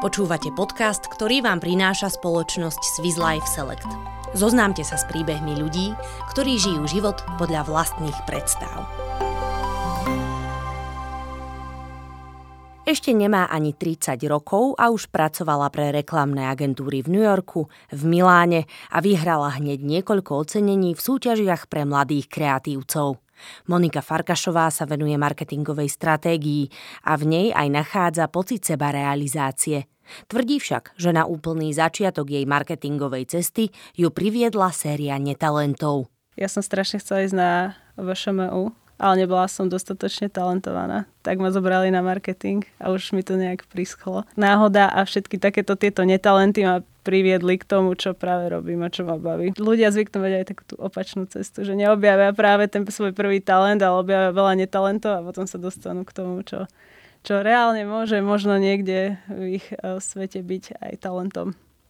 Počúvate podcast, ktorý vám prináša spoločnosť Swiss Life Select. Zoznámte sa s príbehmi ľudí, ktorí žijú život podľa vlastných predstav. Ešte nemá ani 30 rokov a už pracovala pre reklamné agentúry v New Yorku, v Miláne a vyhrala hneď niekoľko ocenení v súťažiach pre mladých kreatívcov. Monika Farkašová sa venuje marketingovej stratégii a v nej aj nachádza pocit sebarealizácie. Tvrdí však, že na úplný začiatok jej marketingovej cesty ju priviedla séria netalentov. Ja som strašne chcela ísť na VŠMU, ale nebola som dostatočne talentovaná. Tak ma zobrali na marketing a už mi to nejak prischlo. Náhoda a všetky tieto netalenty ma priviedli k tomu, čo práve robím a čo ma baví. Ľudia zvyknú mať aj takú tú opačnú cestu, že neobjavia práve ten svoj prvý talent, ale objavia veľa netalentov a potom sa dostanú k tomu, čo reálne môže možno niekde v ich svete byť aj talentom.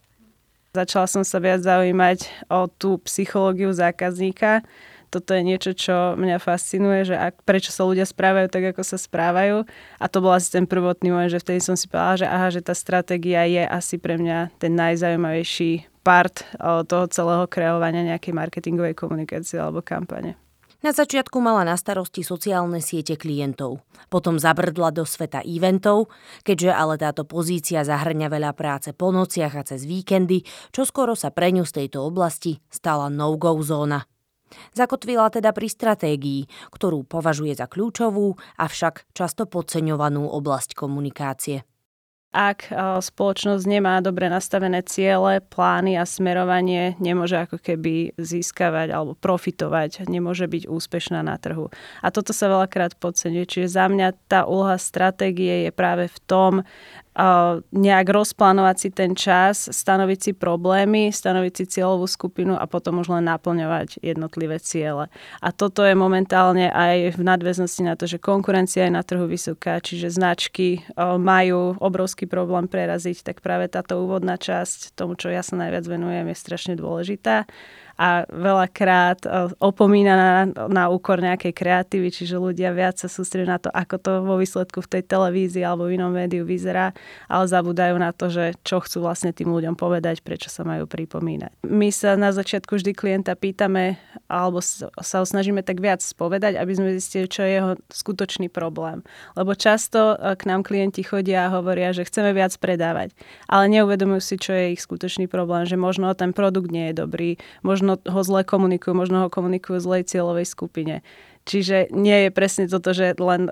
Začala som sa viac zaujímať o tú psychológiu zákazníka. Toto je niečo, čo mňa fascinuje, že prečo sa ľudia správajú tak, ako sa správajú. A to bol asi ten prvotný moment, že vtedy som si povedala, že tá stratégia je asi pre mňa ten najzaujímavejší part toho celého kreovania nejakej marketingovej komunikácie alebo kampane. Na začiatku mala na starosti sociálne siete klientov. Potom zabrdla do sveta eventov, keďže ale táto pozícia zahŕňa veľa práce po nociach a cez víkendy, čoskoro sa pre ňu z tejto oblasti stala no-go zóna. Zakotvila teda pri stratégii, ktorú považuje za kľúčovú, avšak často podceňovanú oblasť komunikácie. Ak spoločnosť nemá dobre nastavené ciele, plány a smerovanie, nemôže ako keby získavať alebo profitovať, nemôže byť úspešná na trhu. A toto sa veľakrát podceňuje. Čiže za mňa tá úloha stratégie je práve v tom, nejak rozplánovať si ten čas, stanoviť si problémy, stanoviť si cieľovú skupinu a potom už len naplňovať jednotlivé ciele. A toto je momentálne aj v nadväznosti na to, že konkurencia je na trhu vysoká, čiže značky majú obrovský problém preraziť, tak práve táto úvodná časť tomu, čo ja sa najviac venujem, je strašne dôležitá. A veľakrát opomínaná na úkor nejakej kreatívy, čiže ľudia viac sa sústredujú na to, ako to vo výsledku v tej televízii alebo v inom médiu vyzerá, ale zabúdajú na to, že čo chcú vlastne tým ľuďom povedať, prečo sa majú pripomínať. My sa na začiatku vždy klienta pýtame alebo sa ho snažíme tak viac spovedať, aby sme zistili, čo je jeho skutočný problém. Lebo často k nám klienti chodia a hovoria, že chceme viac predávať, ale neuvedomujú si, čo je ich skutočný problém, že možno ten produkt nie je dobrý, možno ho zle komunikujú, možno ho komunikujú zlej cieľovej skupine. Čiže nie je presne toto, že len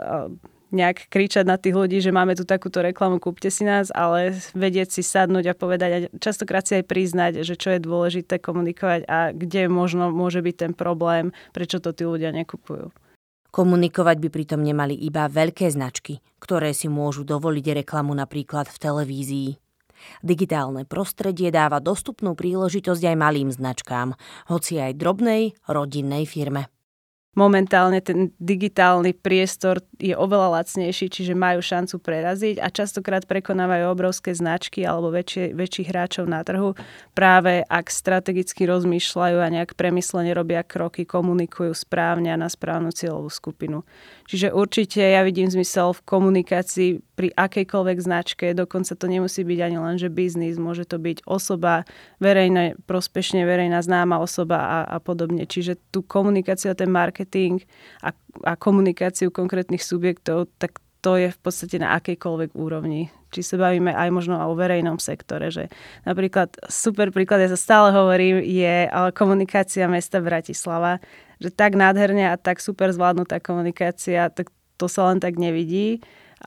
nejak kričať na tých ľudí, že máme tu takúto reklamu, kúpte si nás, ale vedieť si sadnúť a povedať a častokrát si aj priznať, že čo je dôležité komunikovať a kde možno môže byť ten problém, prečo to tí ľudia nekupujú. Komunikovať by pritom nemali iba veľké značky, ktoré si môžu dovoliť reklamu napríklad v televízii. Digitálne prostredie dáva dostupnú príležitosť aj malým značkám, hoci aj drobnej rodinnej firme. Momentálne ten digitálny priestor je oveľa lacnejší, čiže majú šancu preraziť a častokrát prekonávajú obrovské značky alebo väčších hráčov na trhu. Práve ak strategicky rozmýšľajú a nejak premyslene robia kroky, komunikujú správne a na správnu cieľovú skupinu. Čiže určite ja vidím zmysel v komunikácii pri akejkoľvek značke, dokonca to nemusí byť ani len, že biznis, môže to byť osoba, verejná, prospešne verejná známa osoba a podobne. Čiže tú komunikáciu a ten marketing a komunikáciu konkrétnych subjektov, tak to je v podstate na akejkoľvek úrovni. Či sa bavíme aj možno o verejnom sektore, že napríklad super príklad, ja sa stále hovorím, je komunikácia mesta Bratislava, že tak nádherne a tak super zvládnutá komunikácia, tak to sa len tak nevidí.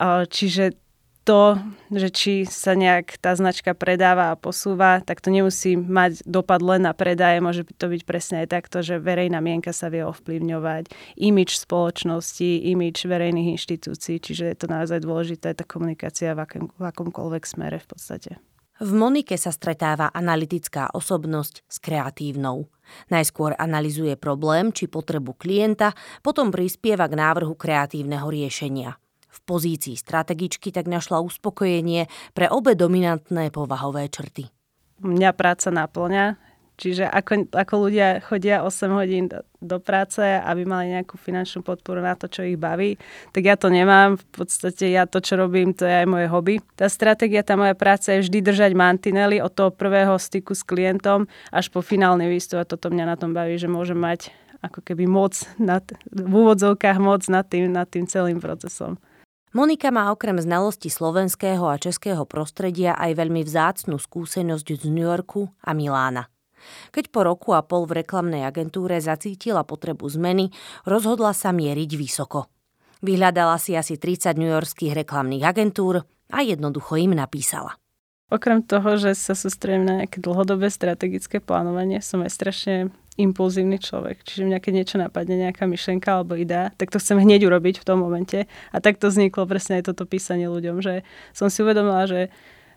Čiže to, že či sa nejak tá značka predáva a posúva, tak to nemusí mať dopad len na predaje, môže to byť presne aj takto, že verejná mienka sa vie ovplyvňovať, imidž spoločnosti, imidž verejných inštitúcií, čiže je to naozaj dôležité, tá komunikácia v akomkoľvek smere v podstate. V Monike sa stretáva analytická osobnosť s kreatívnou. Najskôr analyzuje problém či potrebu klienta, potom prispieva k návrhu kreatívneho riešenia. V pozícii strategičky tak našla uspokojenie pre obe dominantné povahové črty. Mňa práca naplňa, Čiže ako ľudia chodia 8 hodín do práce, aby mali nejakú finančnú podporu na to, čo ich baví, tak ja to nemám. V podstate ja to, čo robím, to je aj moje hobby. Tá stratégia, tá moja práca je vždy držať mantinely od toho prvého styku s klientom až po finálny výstup. A toto mňa na tom baví, že môžem mať ako keby v úvodzovkách moc nad tým celým procesom. Monika má okrem znalosti slovenského a českého prostredia aj veľmi vzácnu skúsenosť z New Yorku a Milána. Keď po roku a pol v reklamnej agentúre zacítila potrebu zmeny, rozhodla sa mieriť vysoko. Vyhľadala si asi 30 newyorských reklamných agentúr a jednoducho im napísala. Okrem toho, že sa sústredím na nejaké dlhodobé strategické plánovanie, som aj strašne impulzívny človek. Čiže mňa keď niečo napadne, nejaká myšlienka alebo idea, tak to chcem hneď urobiť v tom momente. A tak to vzniklo presne aj toto písanie ľuďom, že som si uvedomila, že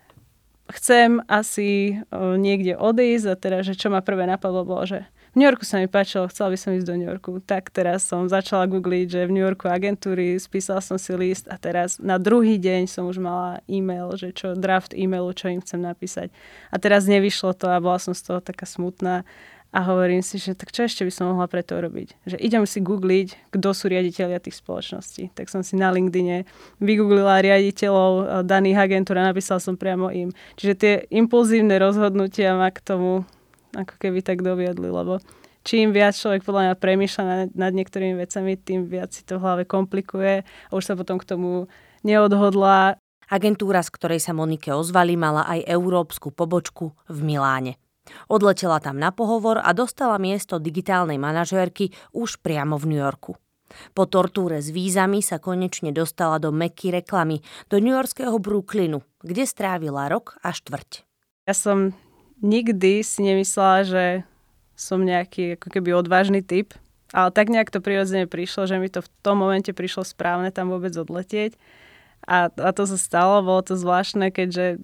chcem asi niekde odísť a teda, že čo ma prvé napadlo bolo, že v New Yorku sa mi páčilo, chcela by som ísť do New Yorku. Tak teraz som začala googliť, že v New Yorku agentúry, spísala som si list a teraz na druhý deň som už mala e-mail, že draft e-mailu, čo im chcem napísať. A teraz nevyšlo to a bola som z toho taká smutná. A hovorím si, že tak čo ešte by som mohla pre to robiť? Že idem si googliť, kto sú riaditelia tých spoločností. Tak som si na LinkedIne vygooglila riaditeľov daných agentúr a napísala som priamo im. Čiže tie impulzívne rozhodnutia ma k tomu ako keby tak doviedli, lebo čím viac človek podľa mňa premýšľa nad niektorými vecami, tým viac si to v hlave komplikuje a už sa potom k tomu neodhodlá. Agentúra, z ktorej sa Monike ozvali, mala aj európsku pobočku v Miláne. Odletela tam na pohovor a dostala miesto digitálnej manažérky už priamo v New Yorku. Po tortúre s vízami sa konečne dostala do Mekky reklamy, do newyorského Brooklynu, kde strávila rok a štvrť. Ja som nikdy si nemyslela, že som nejaký ako keby odvážny typ, ale tak nejak to prirodzene prišlo, že mi to v tom momente prišlo správne tam vôbec odletieť. A to sa stalo, bolo to zvláštne, keďže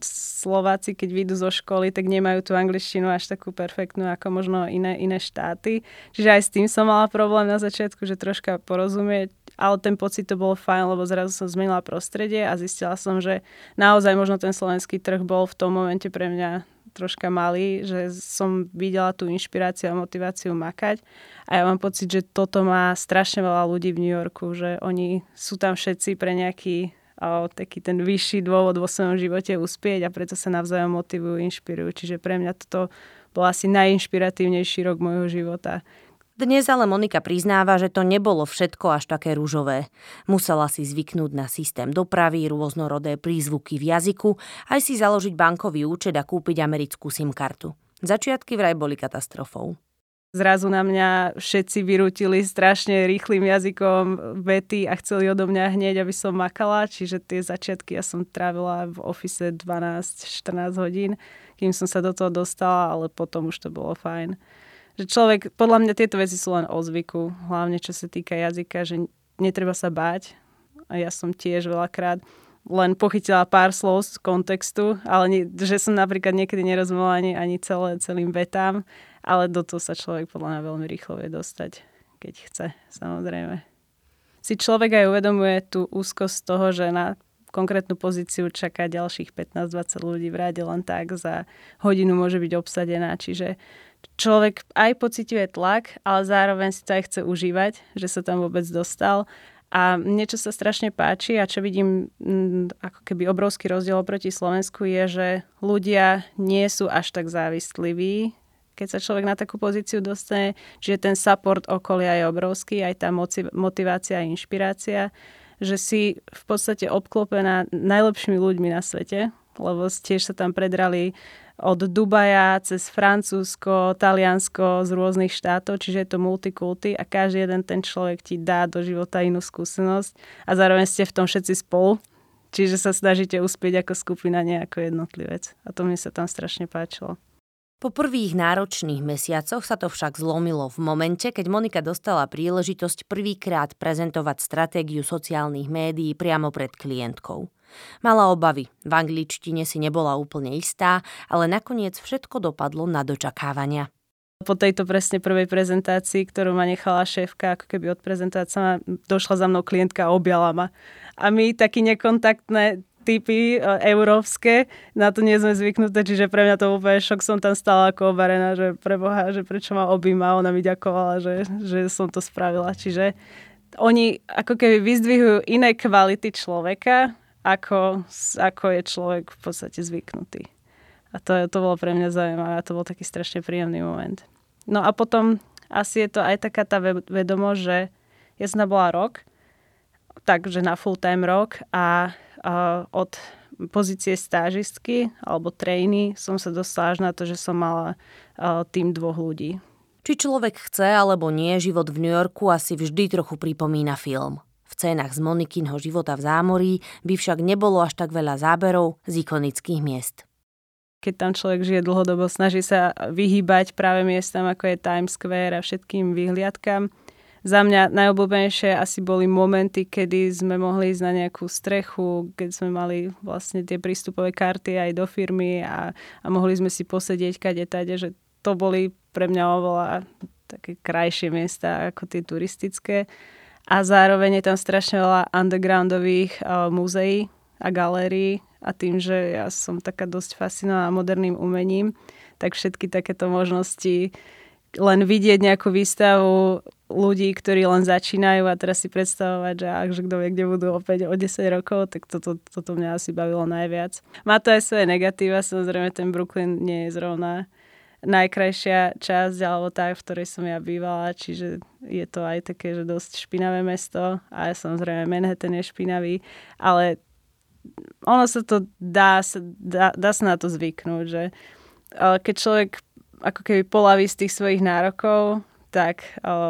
Slováci, keď vyjdú zo školy, tak nemajú tú angličtinu až takú perfektnú, ako možno iné štáty. Čiže aj s tým som mala problém na začiatku, že troška porozumieť, ale ten pocit to bolo fajn, lebo zrazu som zmenila prostredie a zistila som, že naozaj možno ten slovenský trh bol v tom momente pre mňa troška malý, že som videla tú inšpiráciu a motiváciu makať. A ja mám pocit, že toto má strašne veľa ľudí v New Yorku, že oni sú tam všetci pre nejaký taký ten vyšší dôvod vo svojom živote uspieť a preto sa navzájom motivujú, inšpirujú. Čiže pre mňa toto bol asi najinšpiratívnejší rok môjho života. Dnes ale Monika priznáva, že to nebolo všetko až také ružové. Musela si zvyknúť na systém dopravy, rôznorodé prízvuky v jazyku, aj si založiť bankový účet a kúpiť americkú SIM-kartu. Začiatky vraj boli katastrofou. Zrazu na mňa všetci vyrútili strašne rýchlym jazykom vety a chceli odo mňa hneď, aby som makala. Čiže tie začiatky ja som trávila v office 12-14 hodín, kým som sa do toho dostala, ale potom už to bolo fajn. Že človek, podľa mňa tieto veci sú len o zvyku, hlavne čo sa týka jazyka, že netreba sa báť. A ja som tiež veľakrát len pochytila pár slov z kontextu, ale že som napríklad niekedy nerozumela ani celým vetám, ale do toho sa človek podľa mňa veľmi rýchlo vie dostať, keď chce, samozrejme. Si človek aj uvedomuje tú úzkosť toho, že na konkrétnu pozíciu čaká ďalších 15-20 ľudí v rade len tak, za hodinu môže byť obsadená, čiže človek aj pociťuje tlak, ale zároveň si to aj chce užívať, že sa tam vôbec dostal. A niečo sa strašne páči a čo vidím ako keby obrovský rozdiel oproti Slovensku je, že ľudia nie sú až tak závisliví, keď sa človek na takú pozíciu dostane. Čiže ten support okolia je obrovský, aj tá motivácia a inšpirácia, že si v podstate obklopená najlepšími ľuďmi na svete, lebo tiež sa tam predrali od Dubaja cez Francúzsko, Taliansko z rôznych štátov, čiže je to multikulty a každý jeden ten človek ti dá do života inú skúsenosť a zároveň ste v tom všetci spolu, čiže sa snažíte uspieť ako skupina, nie ako jednotlivec. A to mi sa tam strašne páčilo. Po prvých náročných mesiacoch sa to však zlomilo v momente, keď Monika dostala príležitosť prvýkrát prezentovať stratégiu sociálnych médií priamo pred klientkou. Mala obavy, v angličtine si nebola úplne istá, ale nakoniec všetko dopadlo na dočakávania. Po tejto presne prvej prezentácii, ktorú ma nechala šéfka, ako keby odprezentovať sama, došla za mnou klientka a objala ma. A my takí nekontaktné typy európske, na to nie sme zvyknuté, čiže pre mňa to úplne šok, som tam stála ako obarená, že preboha, že prečo ma objíma, ona mi ďakovala, že som to spravila. Čiže oni ako keby vyzdvihujú iné kvality človeka, ako je človek v podstate zvyknutý. A to bolo pre mňa zaujímavé a to bol taký strašne príjemný moment. No a potom asi je to aj taká tá vedomosť, že ja som bola rok, takže na full-time rok a od pozície stážistky alebo trainee som sa dostala až na to, že som mala tým 2 ľudí. Či človek chce alebo nie, život v New Yorku asi vždy trochu pripomína film. V scénach z Monikynho života v zámorí by však nebolo až tak veľa záberov z ikonických miest. Keď tam človek žije dlhodobo, snaží sa vyhýbať práve miestam, ako je Times Square a všetkým výhliadkam. Za mňa najobľúbenejšie asi boli momenty, kedy sme mohli ísť na nejakú strechu, keď sme mali vlastne tie prístupové karty aj do firmy a mohli sme si posedieť kade-tade, že to boli pre mňa oveľa také krajšie miesta ako tie turistické. A zároveň je tam strašne veľa undergroundových múzeí a galérií a tým, že ja som taká dosť fascinovaná moderným umením, tak všetky takéto možnosti len vidieť nejakú výstavu ľudí, ktorí len začínajú a teraz si predstavovať, že kto vie, kde budú opäť o 10 rokov, tak toto mňa asi bavilo najviac. Má to aj svoje negatíva, samozrejme ten Brooklyn nie je zrovna najkrajšia časť, alebo tá, v ktorej som ja bývala, čiže je to aj také, že dosť špinavé mesto a samozrejme Manhattan je špinavý, ale ono sa to dá sa na to zvyknúť, že keď človek ako keby polaví z tých svojich nárokov, tak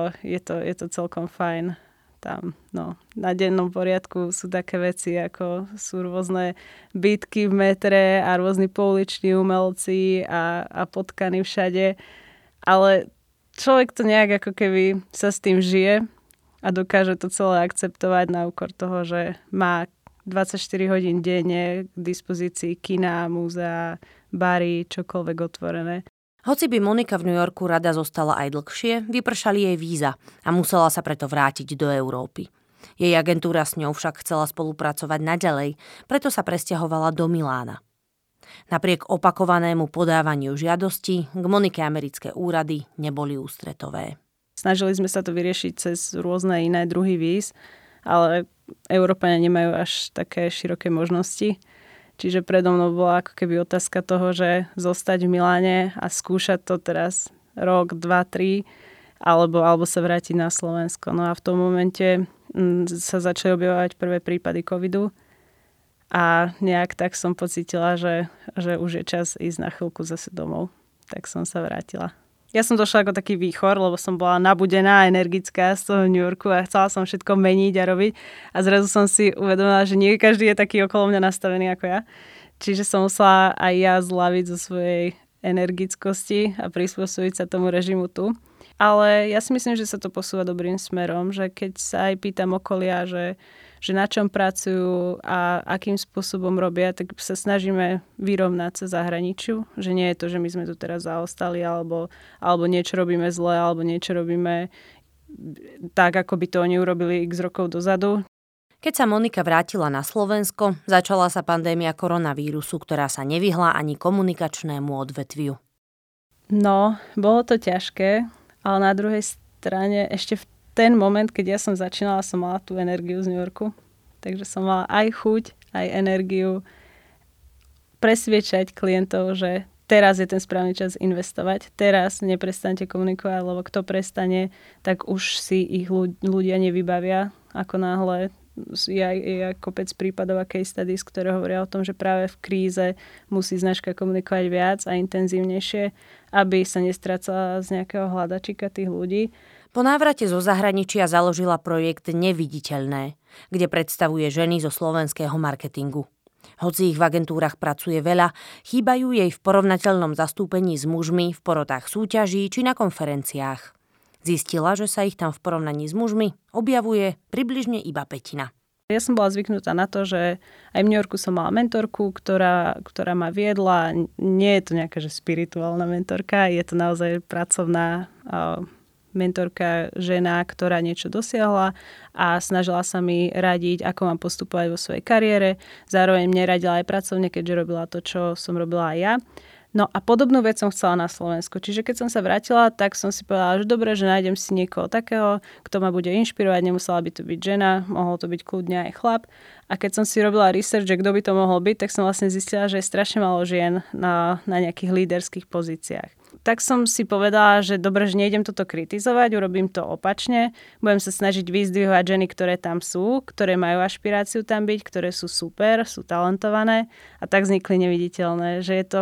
je to celkom fajn. Tam na dennom poriadku sú také veci, ako sú rôzne bitky v metre a rôzni pouliční umelci a potkany všade. Ale človek to nejak ako keby sa s tým žije a dokáže to celé akceptovať na úkor toho, že má 24 hodín denne k dispozícii kina, múzea, bary, čokoľvek otvorené. Hoci by Monika v New Yorku rada zostala aj dlhšie, vypršali jej víza a musela sa preto vrátiť do Európy. Jej agentúra s ňou však chcela spolupracovať naďalej, preto sa presťahovala do Milána. Napriek opakovanému podávaniu žiadosti k Monike americké úrady neboli ústretové. Snažili sme sa to vyriešiť cez rôzne iné druhy víz, ale Európania nemajú až také široké možnosti. Čiže predo mnou bola ako keby otázka toho, že zostať v Miláne a skúšať to teraz rok, 2, 3, alebo sa vrátiť na Slovensko. No a v tom momente sa začali objavovať prvé prípady covidu a nejak tak som pocítila, že už je čas ísť na chvíľku zase domov. Tak som sa vrátila. Ja som došla ako taký výchor, lebo som bola nabudená a energická z toho New Yorku a chcela som všetko meniť a robiť. A zrazu som si uvedomila, že nie každý je taký okolo mňa nastavený ako ja. Čiže som musela aj ja zľaviť zo svojej energickosti a prispôsobiť sa tomu režimu tu. Ale ja si myslím, že sa to posúva dobrým smerom, že keď sa aj pýtam okolia, že na čom pracujú a akým spôsobom robia, tak sa snažíme vyrovnať sa zahraničiu. Že nie je to, že my sme tu teraz zaostali alebo niečo robíme zle, alebo niečo robíme tak, ako by to oni urobili x rokov dozadu. Keď sa Monika vrátila na Slovensko, začala sa pandémia koronavírusu, ktorá sa nevyhla ani komunikačnému odvetviu. No, bolo to ťažké, ale na druhej strane ešte v ten moment, keď ja som začínala, som mala tú energiu z New Yorku. Takže som mala aj chuť, aj energiu presviečať klientov, že teraz je ten správny čas investovať. Teraz neprestaňte komunikovať, lebo kto prestane, tak už si ich ľudia nevybavia. Ako náhle je kopec prípadov a case studies, ktoré hovoria o tom, že práve v kríze musí značka komunikovať viac a intenzívnejšie, aby sa nestrácala z nejakého hľadačika tých ľudí. Po návrate zo zahraničia založila projekt Neviditeľné, kde predstavuje ženy zo slovenského marketingu. Hoci ich v agentúrach pracuje veľa, chýbajú jej v porovnateľnom zastúpení s mužmi v porotách súťaží či na konferenciách. Zistila, že sa ich tam v porovnaní s mužmi objavuje približne iba 1/5. Ja som bola zvyknutá na to, že aj v New Yorku som mala mentorku, ktorá ma viedla. Nie je to nejaká že spirituálna mentorka, je to naozaj pracovná mentorka žena, ktorá niečo dosiahla a snažila sa mi radiť, ako mám postupovať vo svojej kariére. Zároveň mne radila aj pracovne, keďže robila to, čo som robila aj ja. No a podobnú vec som chcela na Slovensku. Čiže keď som sa vrátila, tak som si povedala, že dobre, že nájdem si niekoho takého, kto ma bude inšpirovať. Nemusela by to byť žena, mohol to byť kľudne aj chlap. A keď som si robila research, že kto by to mohol byť, tak som vlastne zistila, že je strašne málo žien na nejakých líderských pozíciách. Tak som si povedala, že dobre, že nejdem toto kritizovať, urobím to opačne. Budem sa snažiť vyzdvihovať ženy, ktoré tam sú, ktoré majú ašpiráciu tam byť, ktoré sú super, sú talentované. A tak vznikli Neviditeľné, že je to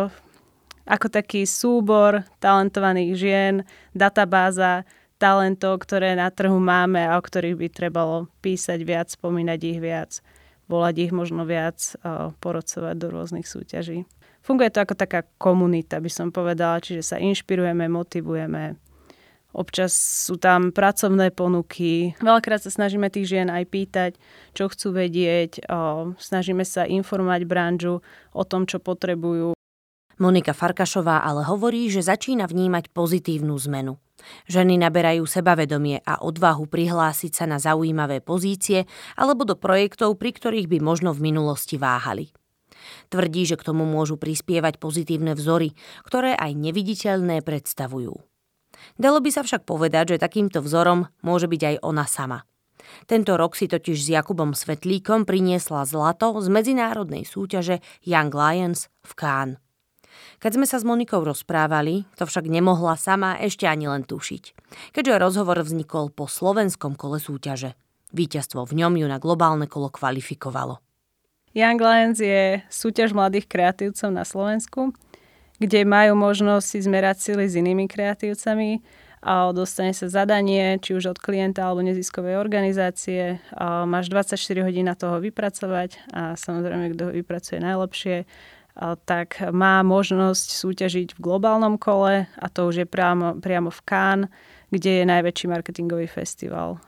ako taký súbor talentovaných žien, databáza talentov, ktoré na trhu máme a o ktorých by trebalo písať viac, spomínať ich viac, volať ich možno viac, porocovať do rôznych súťaží. Funguje to ako taká komunita, by som povedala, čiže sa inšpirujeme, motivujeme. Občas sú tam pracovné ponuky. Veľakrát sa snažíme tých žien aj pýtať, čo chcú vedieť. Snažíme sa informovať branžu o tom, čo potrebujú. Monika Farkašová ale hovorí, že začína vnímať pozitívnu zmenu. Ženy naberajú sebavedomie a odvahu prihlásiť sa na zaujímavé pozície alebo do projektov, pri ktorých by možno v minulosti váhali. Tvrdí, že k tomu môžu prispievať pozitívne vzory, ktoré aj Neviditeľné predstavujú. Dalo by sa však povedať, že takýmto vzorom môže byť aj ona sama. Tento rok si totiž s Jakubom Svetlíkom priniesla zlato z medzinárodnej súťaže Young Lions v Cannes. Keď sme sa s Monikou rozprávali, to však nemohla sama ešte ani len tušiť, keďže rozhovor vznikol po slovenskom kole súťaže. Víťazstvo v ňom ju na globálne kolo kvalifikovalo. Young Lions je súťaž mladých kreatívcov na Slovensku, kde majú možnosť si zmerať sily s inými kreatívcami a dostane sa zadanie, či už od klienta alebo neziskovej organizácie. A máš 24 hodín na toho vypracovať a samozrejme, kto ho vypracuje najlepšie, tak má možnosť súťažiť v globálnom kole a to už je priamo v Cannes, kde je najväčší marketingový festival,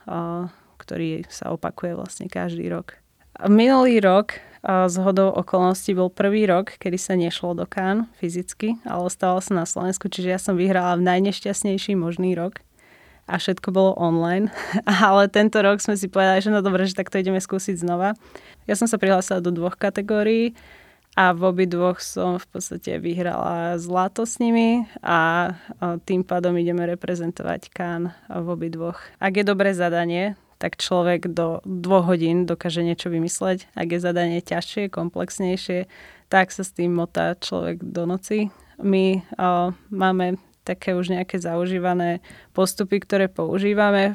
ktorý sa opakuje vlastne každý rok. Minulý rok zhodou okolností bol prvý rok, kedy sa nešlo do Cannes fyzicky, ale ostalo sa na Slovensku, čiže ja som vyhrala v najnešťastnejší možný rok a všetko bolo online. Ale tento rok sme si povedali, že no dobre, že tak to ideme skúsiť znova. Ja som sa prihlásila do 2 kategórií a v obidvoch som v podstate vyhrala zlato s nimi a tým pádom ideme reprezentovať Cannes v obidvoch. Ak je dobré zadanie, tak človek do 2 hodín dokáže niečo vymysleť. Ak je zadanie ťažšie, komplexnejšie, tak sa s tým motá človek do noci. My máme také už nejaké zaužívané postupy, ktoré používame.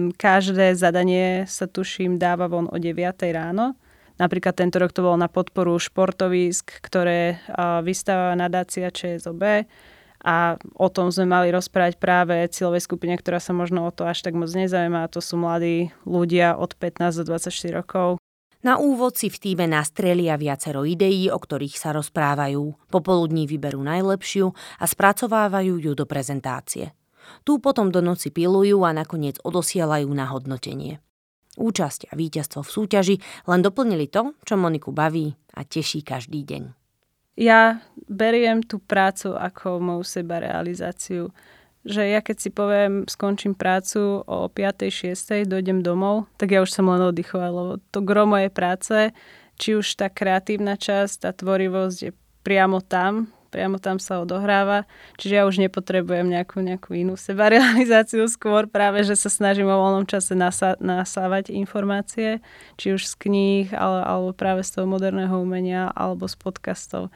Každé zadanie sa tuším dáva von o 9 ráno. Napríklad tento rok to bolo na podporu športovísk, ktoré vystáva nadácia ČSOB. A o tom sme mali rozprávať práve cieľovej skupine, ktorá sa možno o to až tak moc nezaujíma. To sú mladí ľudia od 15 do 24 rokov. Na úvod si v tíme nastrielia viacero ideí, o ktorých sa rozprávajú. Popoludní vyberú najlepšiu a spracovávajú ju do prezentácie. Tu potom do noci pilujú a nakoniec odosielajú na hodnotenie. Účasť a víťazstvo v súťaži len doplnili to, čo Moniku baví a teší každý deň. Ja beriem tú prácu ako moju sebarealizáciu. Že ja keď si poviem, skončím prácu o 5:00, 6:00, dojdem domov, tak ja už som len oddychovať, lebo to gro mojej práce, či už tá kreatívna časť, tá tvorivosť je priamo tam sa odohráva. Čiže ja už nepotrebujem nejakú inú sebarealizáciu, skôr práve, že sa snažím o voľnom čase nasávať informácie, či už z kníh, alebo práve z toho moderného umenia, alebo z podcastov.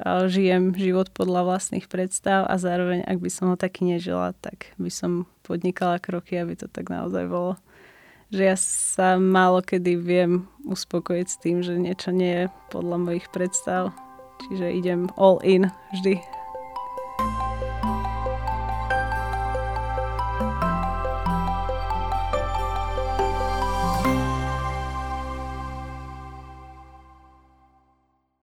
Žijem život podľa vlastných predstav a zároveň, ak by som ho taký nežila, tak by som podnikala kroky, aby to tak naozaj bolo. Že ja sa málo kedy viem uspokojiť s tým, že niečo nie je podľa mojich predstav. Čiže idem all in vždy.